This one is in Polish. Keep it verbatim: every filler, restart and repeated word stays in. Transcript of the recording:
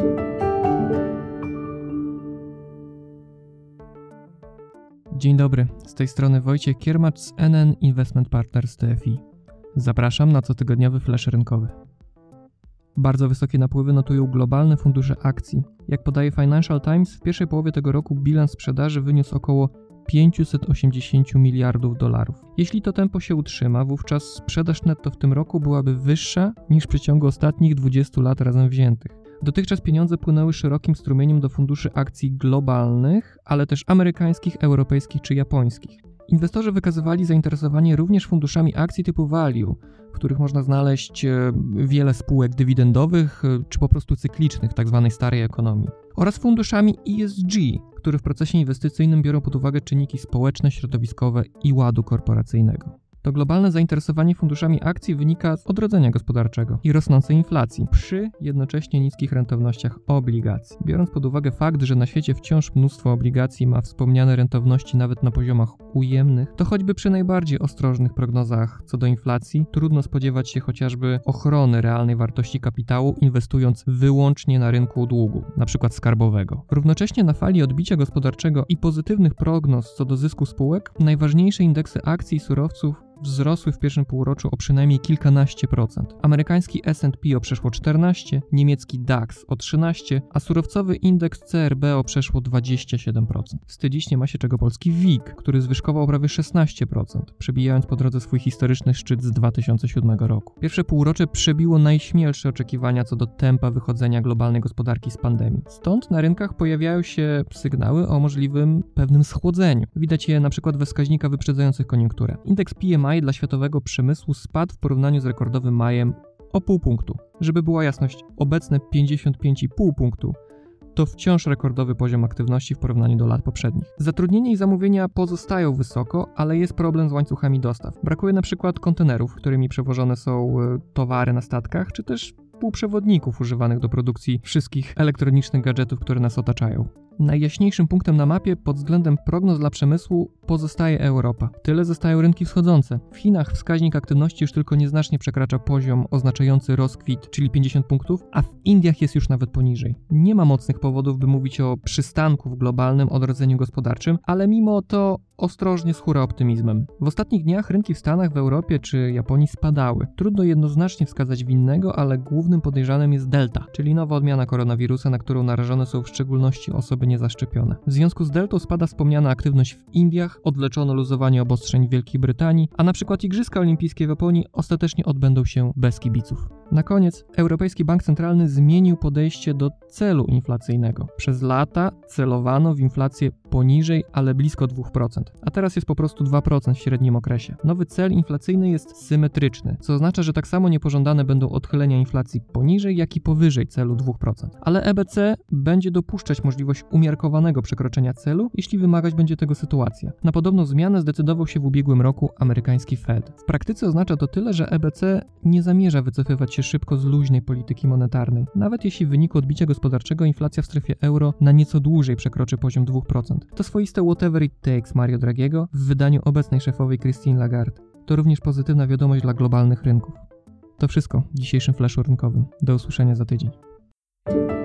Dzień dobry, z tej strony Wojciech Kiermacz z N N Investment Partners T F I. Zapraszam na cotygodniowy flash rynkowy. Bardzo wysokie napływy notują globalne fundusze akcji. Jak podaje Financial Times, w pierwszej połowie tego roku bilans sprzedaży wyniósł około pięćset osiemdziesiąt miliardów dolarów. Jeśli to tempo się utrzyma, wówczas sprzedaż netto w tym roku byłaby wyższa niż w przeciągu ostatnich dwudziestu lat razem wziętych. Dotychczas pieniądze płynęły szerokim strumieniem do funduszy akcji globalnych, ale też amerykańskich, europejskich czy japońskich. Inwestorzy wykazywali zainteresowanie również funduszami akcji typu value, w których można znaleźć wiele spółek dywidendowych czy po prostu cyklicznych, tzw. starej ekonomii, oraz funduszami E S G, które w procesie inwestycyjnym biorą pod uwagę czynniki społeczne, środowiskowe i ładu korporacyjnego. To globalne zainteresowanie funduszami akcji wynika z odrodzenia gospodarczego i rosnącej inflacji przy jednocześnie niskich rentownościach obligacji. Biorąc pod uwagę fakt, że na świecie wciąż mnóstwo obligacji ma wspomniane rentowności nawet na poziomach ujemnych, to choćby przy najbardziej ostrożnych prognozach co do inflacji trudno spodziewać się chociażby ochrony realnej wartości kapitału, inwestując wyłącznie na rynku długu, np. skarbowego. Równocześnie na fali odbicia gospodarczego i pozytywnych prognoz co do zysku spółek, najważniejsze indeksy akcji i surowców wzrosły w pierwszym półroczu o przynajmniej kilkanaście procent. Amerykański S and P o przeszło czternaście, niemiecki DAX o trzynaście, a surowcowy indeks C R B o przeszło dwadzieścia siedem procent. Wstydzić nie ma się czego polski W I G, który zwyżkował prawie szesnaście procent, przebijając po drodze swój historyczny szczyt z dwa tysiące siódmego roku. Pierwsze półrocze przebiło najśmielsze oczekiwania co do tempa wychodzenia globalnej gospodarki z pandemii. Stąd na rynkach pojawiają się sygnały o możliwym pewnym schłodzeniu. Widać je na przykład we wskaźnikach wyprzedzających koniunkturę. Indeks P M I dla światowego przemysłu spadł w porównaniu z rekordowym majem o pół punktu. Żeby była jasność, obecne pięćdziesiąt pięć i pół punktu to wciąż rekordowy poziom aktywności w porównaniu do lat poprzednich. Zatrudnienie i zamówienia pozostają wysoko, ale jest problem z łańcuchami dostaw. Brakuje na przykład kontenerów, którymi przewożone są towary na statkach, czy też półprzewodników używanych do produkcji wszystkich elektronicznych gadżetów, które nas otaczają. Najjaśniejszym punktem na mapie pod względem prognoz dla przemysłu pozostaje Europa. W tyle zostają rynki wschodzące. W Chinach wskaźnik aktywności już tylko nieznacznie przekracza poziom oznaczający rozkwit, czyli pięćdziesiąt punktów, a w Indiach jest już nawet poniżej. Nie ma mocnych powodów, by mówić o przystanku w globalnym odrodzeniu gospodarczym, ale mimo to ostrożnie schóra optymizmem. W ostatnich dniach rynki w Stanach, w Europie czy Japonii spadały. Trudno jednoznacznie wskazać winnego, ale głównym podejrzanym jest Delta, czyli nowa odmiana koronawirusa, na którą narażone są w szczególności osoby niezaszczepione. W związku z Deltą spada wspomniana aktywność w Indiach, odwleczono luzowanie obostrzeń w Wielkiej Brytanii, a na przykład Igrzyska Olimpijskie w Japonii ostatecznie odbędą się bez kibiców. Na koniec Europejski Bank Centralny zmienił podejście do celu inflacyjnego. Przez lata celowano w inflację poniżej, ale blisko dwa procent, a teraz jest po prostu dwa procent w średnim okresie. Nowy cel inflacyjny jest symetryczny, co oznacza, że tak samo niepożądane będą odchylenia inflacji poniżej, jak i powyżej celu dwa procent. Ale E B C będzie dopuszczać możliwość umiarkowanego przekroczenia celu, jeśli wymagać będzie tego sytuacja. Na podobną zmianę zdecydował się w ubiegłym roku amerykański Fed. W praktyce oznacza to tyle, że E B C nie zamierza wycofywać się szybko z luźnej polityki monetarnej, nawet jeśli w wyniku odbicia gospodarczego inflacja w strefie euro na nieco dłużej przekroczy poziom dwa procent. To swoiste whatever it takes Mario Draghiego w wydaniu obecnej szefowej Christine Lagarde. To również pozytywna wiadomość dla globalnych rynków. To wszystko w dzisiejszym flashu rynkowym. Do usłyszenia za tydzień.